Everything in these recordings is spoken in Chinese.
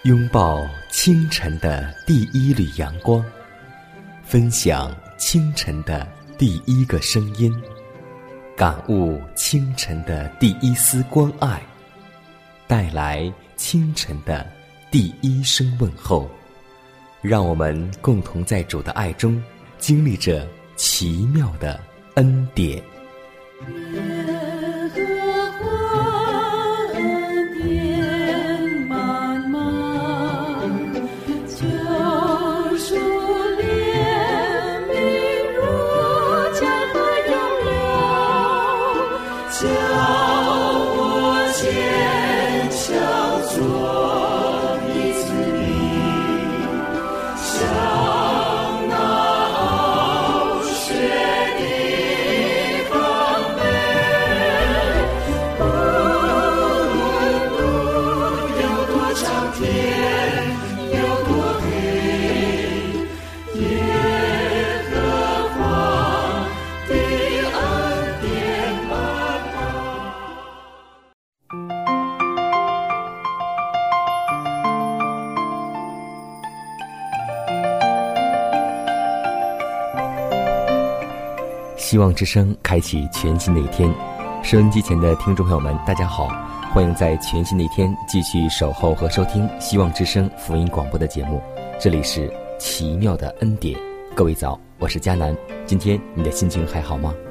拥抱清晨的第一缕阳光，分享清晨的第一个声音，感悟清晨的第一丝关爱，带来清晨的第一声问候。让我们共同在主的爱中经历着奇妙的恩典。希望之声开启全新的一天，收音机前的听众朋友们大家好，欢迎在全新的一天继续守候和收听希望之声福音广播的节目，这里是奇妙的恩典。各位早，我是佳南，今天你的心情还好吗？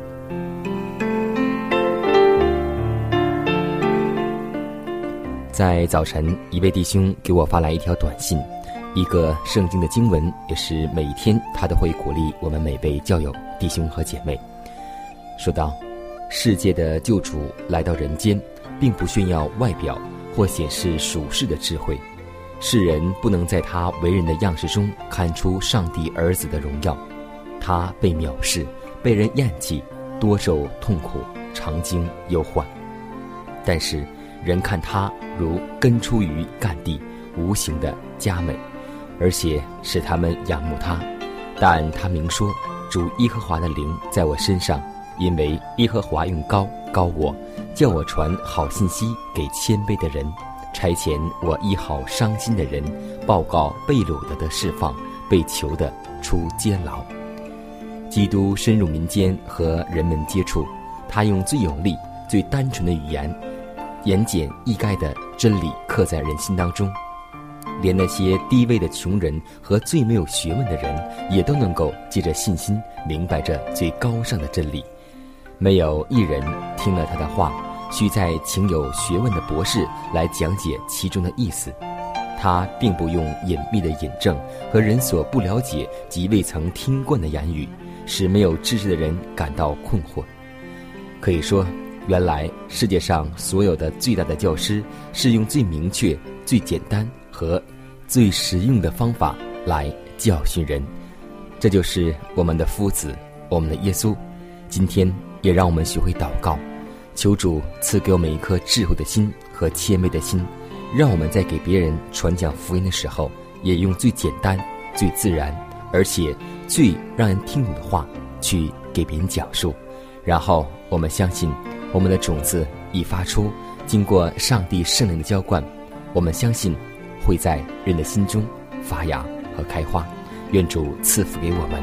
在早晨，一位弟兄给我发来一条短信，一个圣经的经文，也是每一天他都会鼓励我们每位教友弟兄和姐妹。说道，世界的救主来到人间，并不炫耀外表或显示属世的智慧，世人不能在他为人的样式中看出上帝儿子的荣耀。他被藐视，被人厌弃，多受痛苦，常经忧患。但是人看他如根出于干地，无形的佳美，而且使他们仰慕他。但他明说，主耶和华的灵在我身上，因为耶和华用膏膏我，叫我传好信息给谦卑的人，差遣我医好伤心的人，报告被掳的得释放，被囚的出监牢。基督深入民间和人们接触，他用最有力、最单纯的语言，言简意赅的真理刻在人心当中，连那些低微的穷人和最没有学问的人，也都能够借着信心明白这最高尚的真理。没有一人听了他的话，需再请有学问的博士来讲解其中的意思。他并不用隐秘的引证和人所不了解及未曾听惯的言语，使没有知识的人感到困惑。可以说，原来世界上所有的最大的教师是用最明确、最简单和最实用的方法来教训人。这就是我们的夫子，我们的耶稣。今天也让我们学会祷告，求主赐给我们一颗智慧的心和谦卑的心，让我们在给别人传讲福音的时候，也用最简单、最自然，而且最让人听懂的话去给别人讲述。然后我们相信，我们的种子已发出，经过上帝圣灵的浇灌，我们相信会在人的心中发芽和开花。愿主赐福给我们。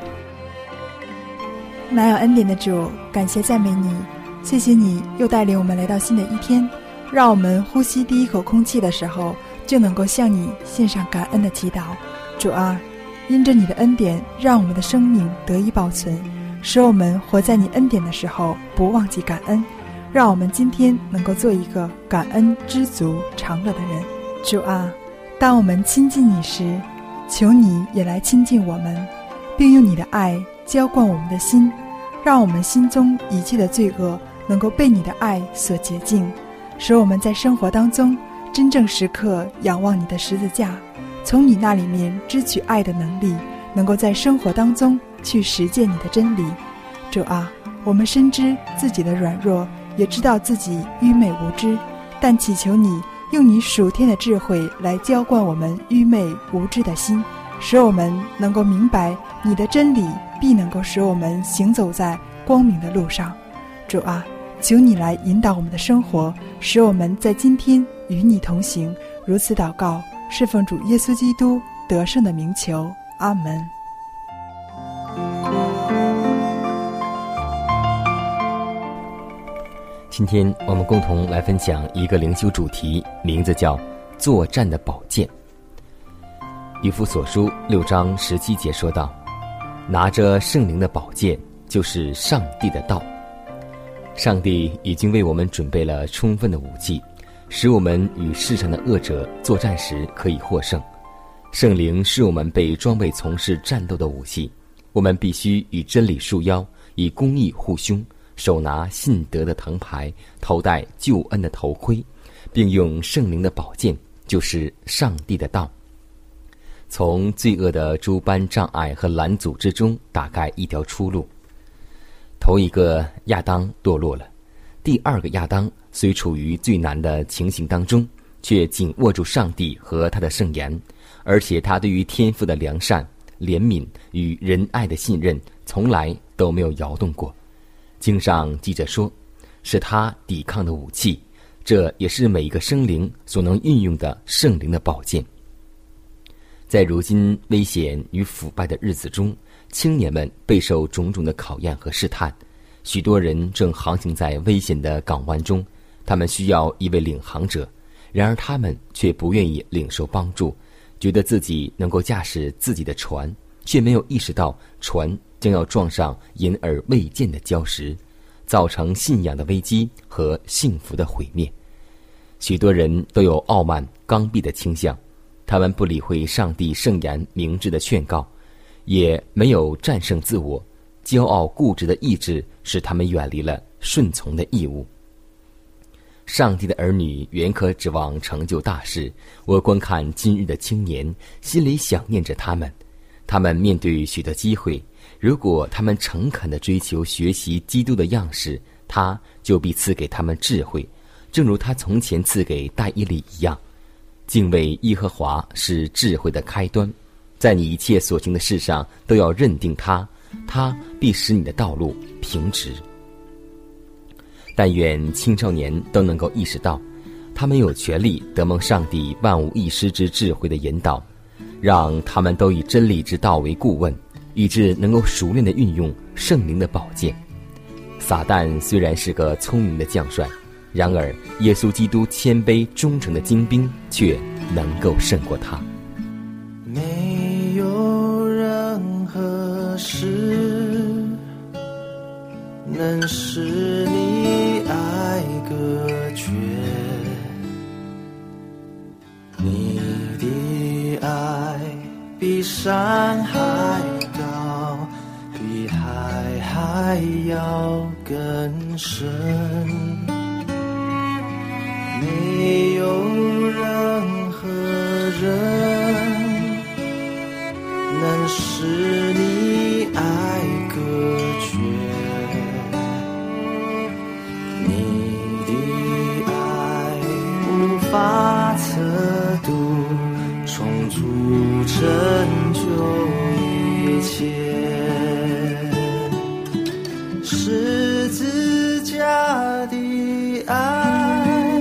满有恩典的主，感谢赞美你，谢谢你又带领我们来到新的一天，让我们呼吸第一口空气的时候，就能够向你献上感恩的祈祷。主啊，因着你的恩典，让我们的生命得以保存，使我们活在你恩典的时候不忘记感恩，让我们今天能够做一个感恩知足常乐的人。主啊，当我们亲近你时，求你也来亲近我们，并用你的爱浇灌我们的心，让我们心中一切的罪恶能够被你的爱所洁净，使我们在生活当中真正时刻仰望你的十字架，从你那里面支取爱的能力，能够在生活当中去实践你的真理。主啊，我们深知自己的软弱，也知道自己愚昧无知，但祈求你用你属天的智慧来浇灌我们愚昧无知的心，使我们能够明白你的真理，必能够使我们行走在光明的路上。主啊，求你来引导我们的生活，使我们在今天与你同行。如此祷告， 是奉主耶稣基督得胜的名求，阿门。 今天我们共同来分享一个灵修主题，名字叫作战的宝剑。以弗所书6章17节说道，拿着圣灵的宝剑，就是上帝的道。上帝已经为我们准备了充分的武器，使我们与世上的恶者作战时可以获胜。圣灵是我们被装备从事战斗的武器，我们必须与真理束腰，以公义护胸，手拿信德的藤牌，头戴救恩的头盔，并用圣灵的宝剑，就是上帝的道，从罪恶的诸般障碍和拦阻之中打开一条出路。头一个亚当堕落了，第二个亚当虽处于最难的情形当中，却紧握住上帝和他的圣言，而且他对于天父的良善、怜悯与仁爱的信任从来都没有摇动过。经上记着说，是他抵抗的武器，这也是每一个生灵所能运用的圣灵的宝剑。在如今危险与腐败的日子中，青年们备受种种的考验和试探，许多人正航行在危险的港湾中，他们需要一位领航者，然而他们却不愿意领受帮助，觉得自己能够驾驶自己的船，却没有意识到船将要撞上隐而未见的礁石，造成信仰的危机和幸福的毁灭。许多人都有傲慢刚愎的倾向，他们不理会上帝圣言明智的劝告，也没有战胜自我，骄傲固执的意志使他们远离了顺从的义务。上帝的儿女原可指望成就大事，我观看今日的青年，心里想念着他们。他们面对许多机会，如果他们诚恳地追求学习基督的样式，他就必赐给他们智慧，正如他从前赐给但以理一样。敬畏耶和华是智慧的开端，在你一切所行的事上都要认定他，他必使你的道路平直。但愿青少年都能够意识到，他们有权利得蒙上帝万无一失之智慧的引导，让他们都以真理之道为顾问，以致能够熟练地运用圣灵的宝剑。撒旦虽然是个聪明的将帅，然而耶稣基督谦卑忠诚的精兵却能够胜过他。 没有任何事能使你爱隔绝，你的爱比山还高，比海还要更深。没有任何人能使你爱隔绝，你的爱无法测度，充足成就一切。十字架的爱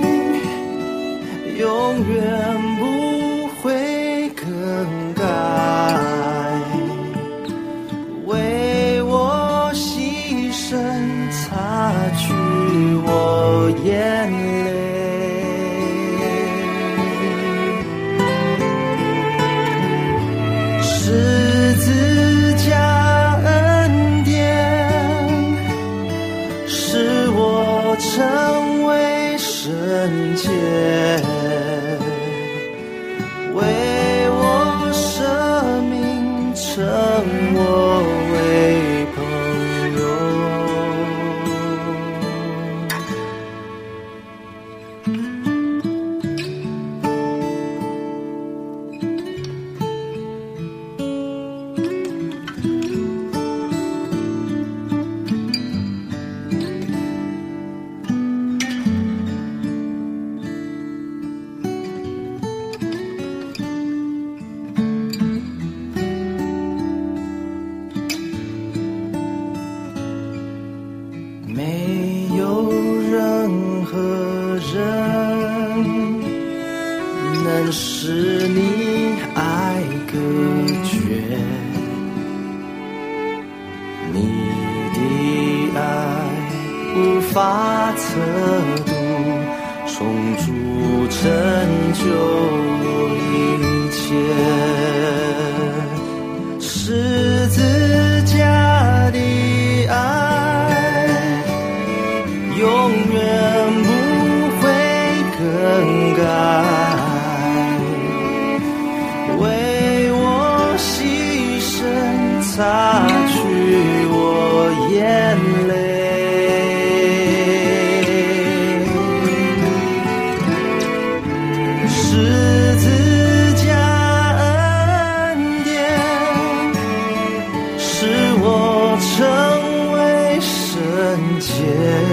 永远不会更改，为我牺牲，擦去我眼泪。 度，重铸成就一切。十字架的爱永远不会更改，为我牺牲擦去我眼泪。十字架恩典使我成为圣洁，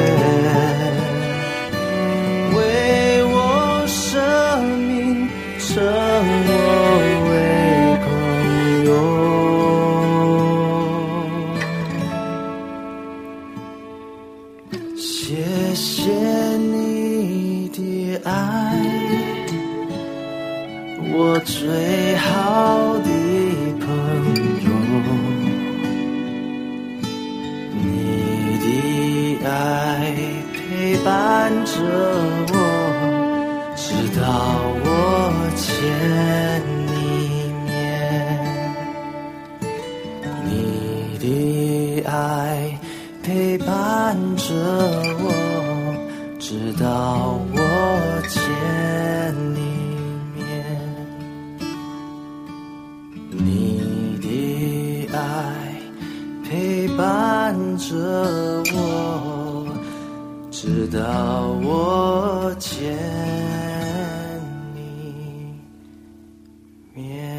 为我生命成我为功用。谢谢你的爱，我最好的朋友，你的爱陪伴着我，直到我见你面。你的爱陪伴着我，直到我见你面。你的爱陪伴着我，直到我见你面。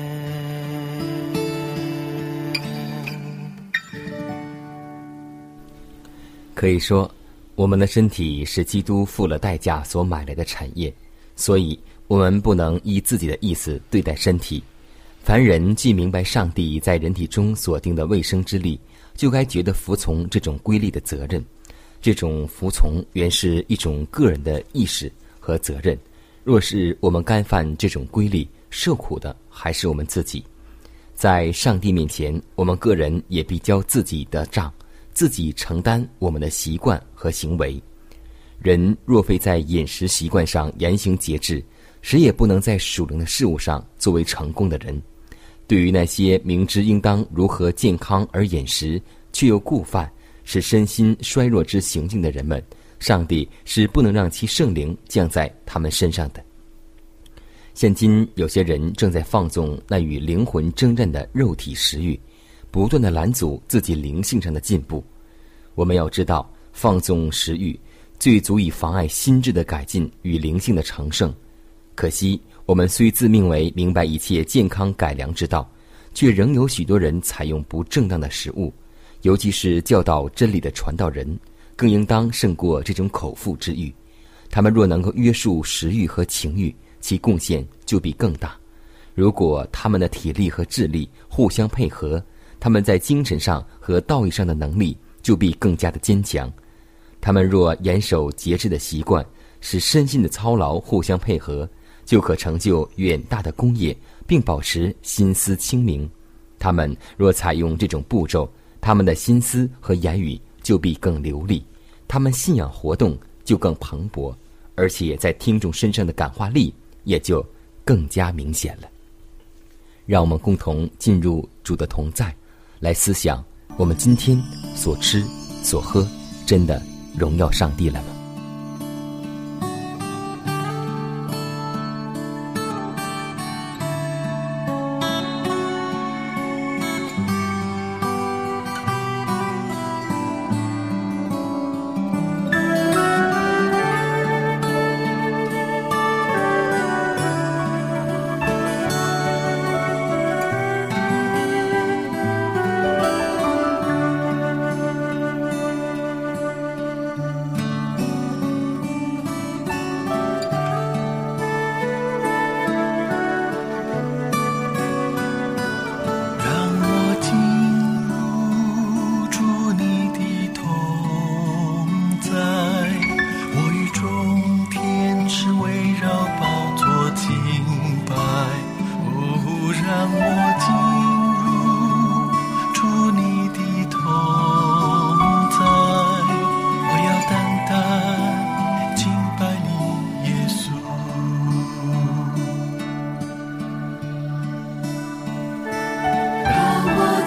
可以说，我们的身体是基督付了代价所买来的产业，所以我们不能依自己的意思对待身体。凡人既明白上帝在人体中所定的卫生之例，就该觉得服从这种规律的责任。这种服从原是一种个人的意识和责任，若是我们干犯这种规律，受苦的还是我们自己。在上帝面前，我们个人也必交自己的账，自己承担我们的习惯和行为。人若非在饮食习惯上言行节制，谁也不能在属灵的事物上作为成功的人。对于那些明知应当如何健康而饮食，却又故犯使身心衰弱之行径的人们，上帝是不能让其圣灵降在他们身上的。现今有些人正在放纵那与灵魂争战的肉体食欲，不断地拦阻自己灵性上的进步。我们要知道，放纵食欲最足以妨碍心智的改进与灵性的成圣。可惜我们虽自命为明白一切健康改良之道，却仍有许多人采用不正当的食物，尤其是教导真理的传道人，更应当胜过这种口腹之欲。他们若能够约束食欲和情欲，其贡献就必更大。如果他们的体力和智力互相配合，他们在精神上和道义上的能力就必更加的坚强。他们若严守节制的习惯，使身心的操劳互相配合，就可成就远大的功业，并保持心思清明。他们若采用这种步骤，他们的心思和言语就必更流利，他们信仰活动就更蓬勃，而且在听众身上的感化力也就更加明显了。让我们共同进入主的同在，来思想我们今天所吃所喝真的荣耀上帝了吗？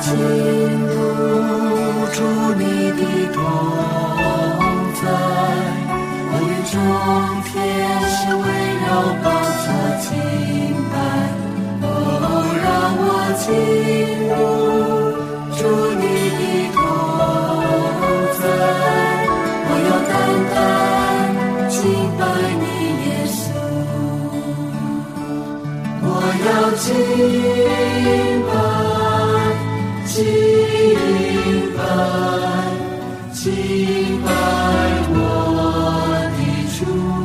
进入主你的同在，我与众天使围绕宝座敬拜。让我进入主你的同在，我要单单敬拜你耶稣，我要敬拜敬拜敬拜我的主，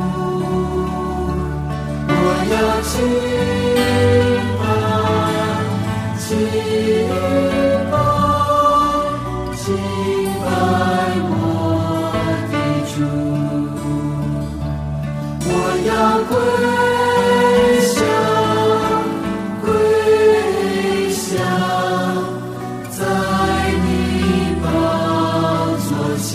我要敬拜敬拜敬拜我的主，我要跪下跪下在你宝座前，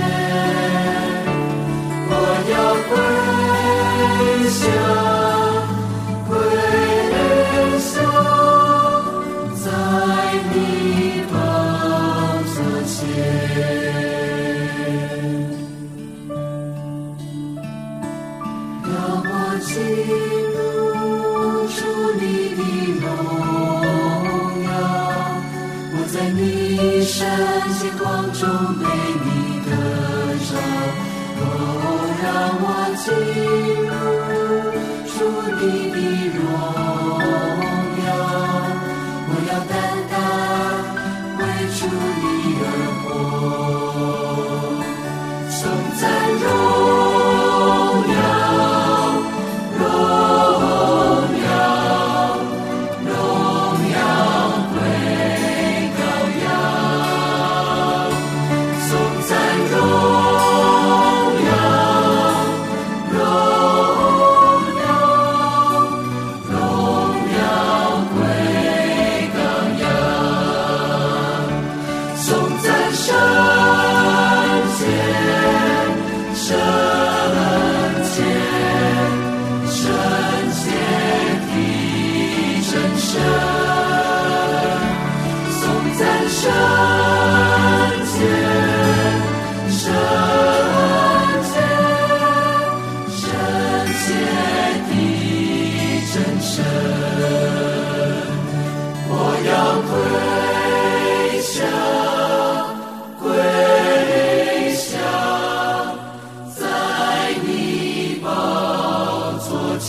我要跪下跪下在你宝座前。让我进入主你的荣耀，我在你圣洁光中被你得着。让我进入主你的荣耀，我要单单为主你而活，颂赞荣耀荣耀荣耀归羔羊，颂赞荣耀荣耀荣耀归羔羊，颂赞圣洁圣洁圣洁的真神，颂赞圣洁圣洁圣洁的真神，我要跪下跪下在你宝座前，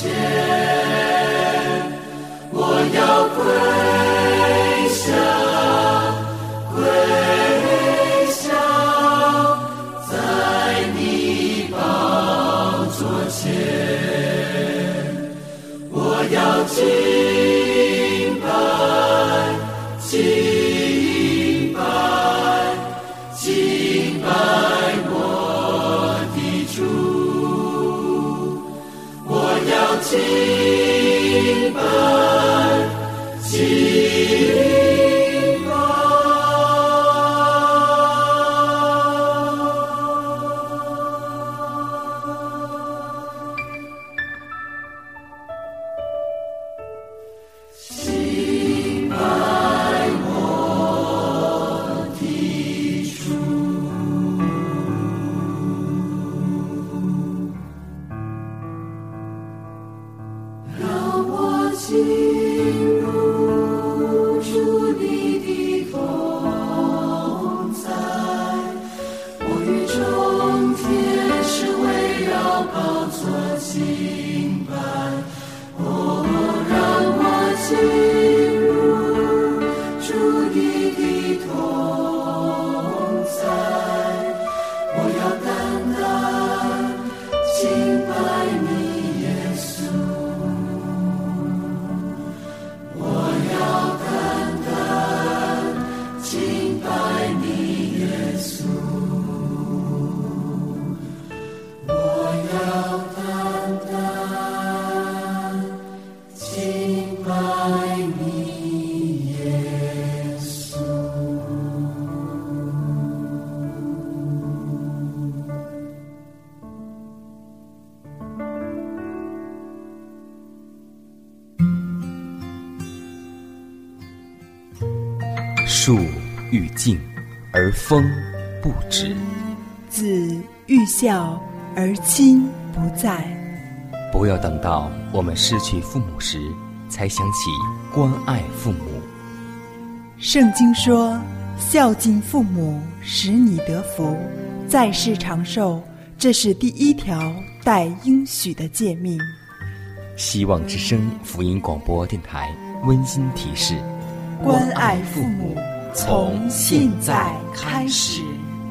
我要跪下跪下在你宝座前，我要敬拜敬拜敬拜我的主，我要敬拜敬拜。敬拜我的主，让我进入主你的同在，我与众天使围绕宝座敬拜。让我进入主你的同在，我要单单敬拜你耶稣，我要单单敬拜你耶稣，我要单单敬拜你耶稣。 树欲静而风不止， 子欲孝而亲不在。 不要等到我们失去父母时才想起关爱父母。 圣经说，孝敬父母使你得福，在世长寿，这是第一条带应许的诫命。 希望之声福音广播电台温馨提示： 关爱父母，从现在开始。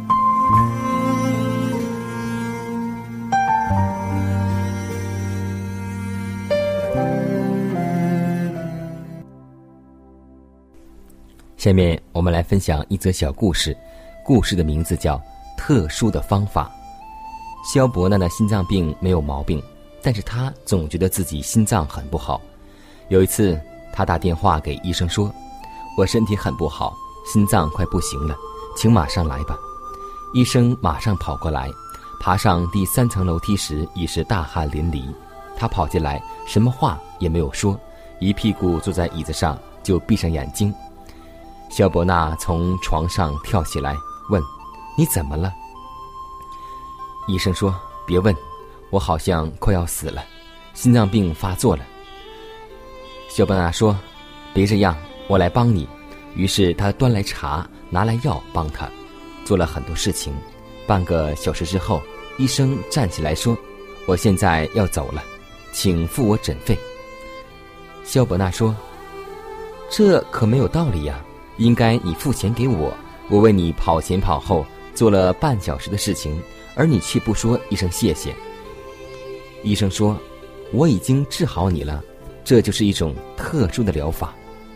下面我们来分享一则小故事，故事的名字叫《特殊的方法》。萧伯纳的心脏病没有毛病，但是他总觉得自己心脏很不好。有一次他打电话给医生说，我身体很不好，心脏快不行了，请马上来吧。医生马上跑过来，爬上第3层楼梯时已是大汗淋漓。他跑进来，什么话也没有说，一屁股坐在椅子上就闭上眼睛。萧伯纳从床上跳起来问，你怎么了？医生说，别问，我好像快要死了，心脏病发作了。萧伯纳说，别这样，我来帮你。于是他端来茶，拿来药帮他，做了很多事情。半个小时之后，医生站起来说，我现在要走了，请付我诊费。萧伯纳说，这可没有道理呀，应该你付钱给我，我为你跑前跑后做了半小时的事情，而你却不说一声谢谢。医生说，我已经治好你了，这就是一种特殊的疗法。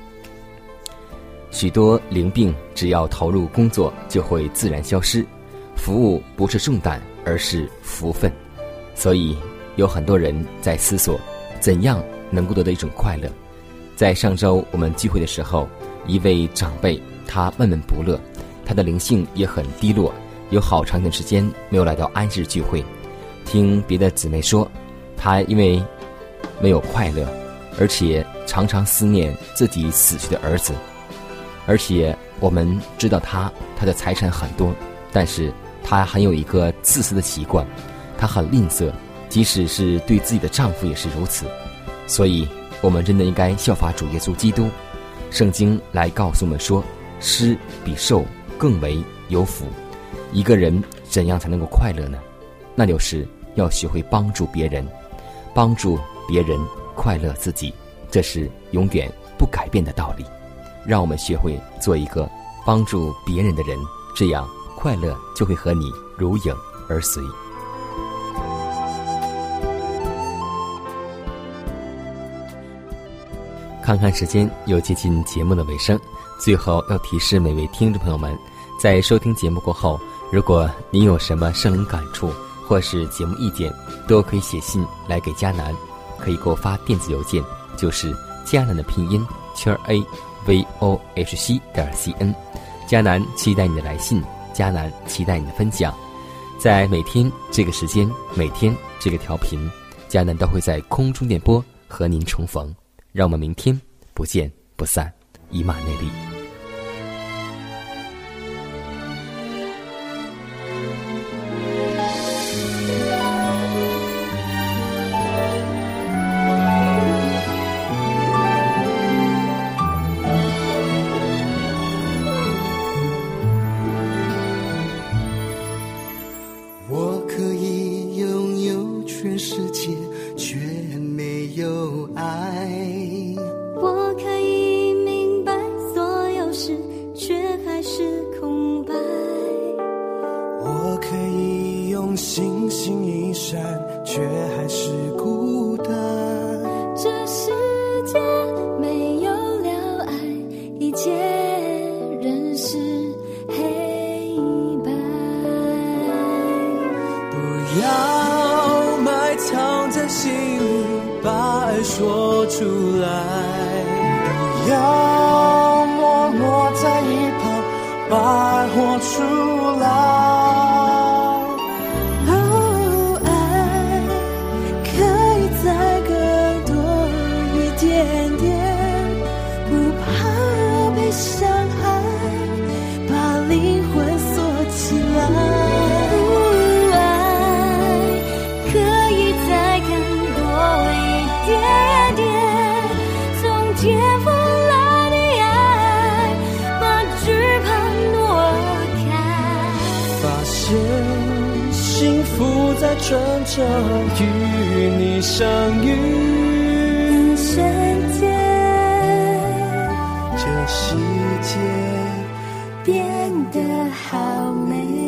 许多灵病只要投入工作就会自然消失，服务不是重担，而是福分。所以有很多人在思索怎样能够得到一种快乐。在上周我们聚会的时候，一位长辈他闷闷不乐，他的灵性也很低落，有好长一段时间没有来到安日聚会。听别的姊妹说，他因为没有快乐，而且常常思念自己死去的儿子。而且我们知道他的财产很多，但是他还有一个自私的习惯，他很吝啬，即使是对自己的丈夫也是如此。所以我们真的应该效法主耶稣基督。圣经来告诉我们说，施比受更为有福。一个人怎样才能够快乐呢？那就是要学会帮助别人，帮助别人快乐自己，这是永远不改变的道理。让我们学会做一个帮助别人的人，这样快乐就会和你如影而随。看看时间，又接近节目的尾声，最后要提示每位听众朋友们，在收听节目过后，如果您有什么圣灵感触或是节目意见，都可以写信来给迦南，可以给我发电子邮件，就是迦南的拼音@vohc.cn。迦南期待你的来信，迦南期待你的分享。在每天这个时间，每天这个调频，迦南都会在空中电波和您重逢。让我们明天不见不散，以马内利。 我可以拥有全世界，却没有爱。 我可以明白所有事，却还是空白。 我可以用星星一闪，却还是孤单。 这世界没有了爱，一切仍是黑白。 不要埋藏在心里，把爱说出来。不要默默在一旁，把爱活出来。 哦，爱可以再更多一点点，不怕被伤害， 幸福在转角与你相遇， 瞬间这世界变得好美。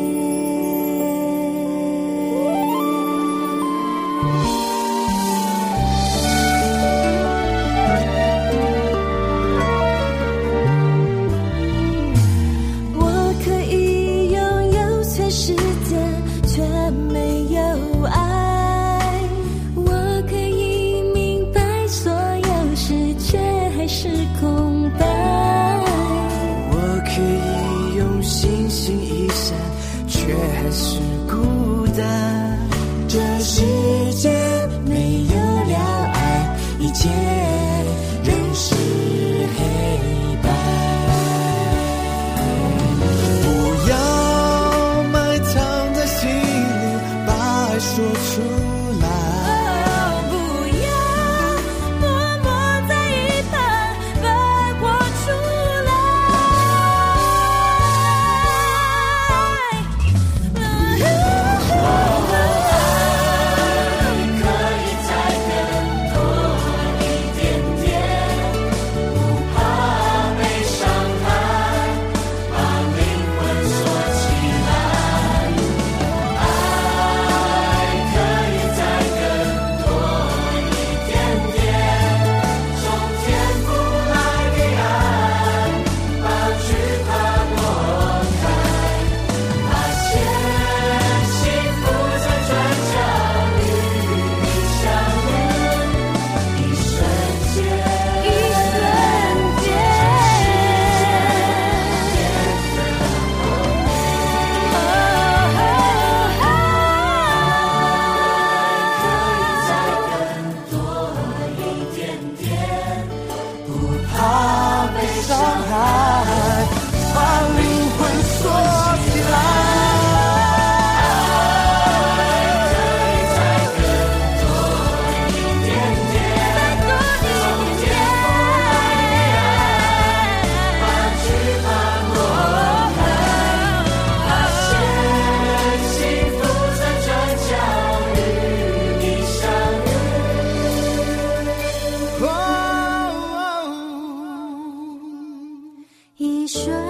一瞬